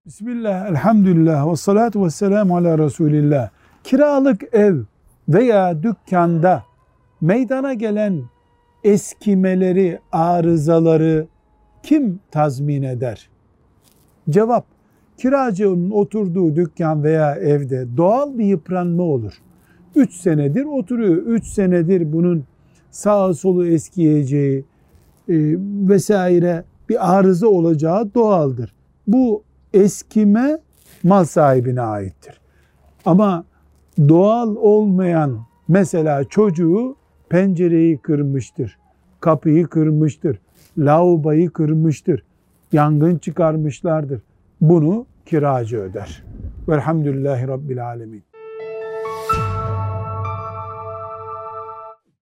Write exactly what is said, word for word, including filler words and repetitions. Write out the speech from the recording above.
Bismillah, elhamdülillah ve salatu ve selamu ala Resulillah. Kiralık ev veya dükkanda meydana gelen eskimeleri, arızaları kim tazmin eder? Cevap, kiracının oturduğu dükkan veya evde doğal bir yıpranma olur. Üç senedir oturuyor, üç senedir bunun sağı solu eskiyeceği e, vesaire bir arıza olacağı doğaldır. Bu eskime mal sahibine aittir. Ama doğal olmayan, mesela çocuğu pencereyi kırmıştır, kapıyı kırmıştır, lavaboyu kırmıştır, yangın çıkarmışlardır. Bunu kiracı öder. Velhamdülillahi Rabbil Alemin.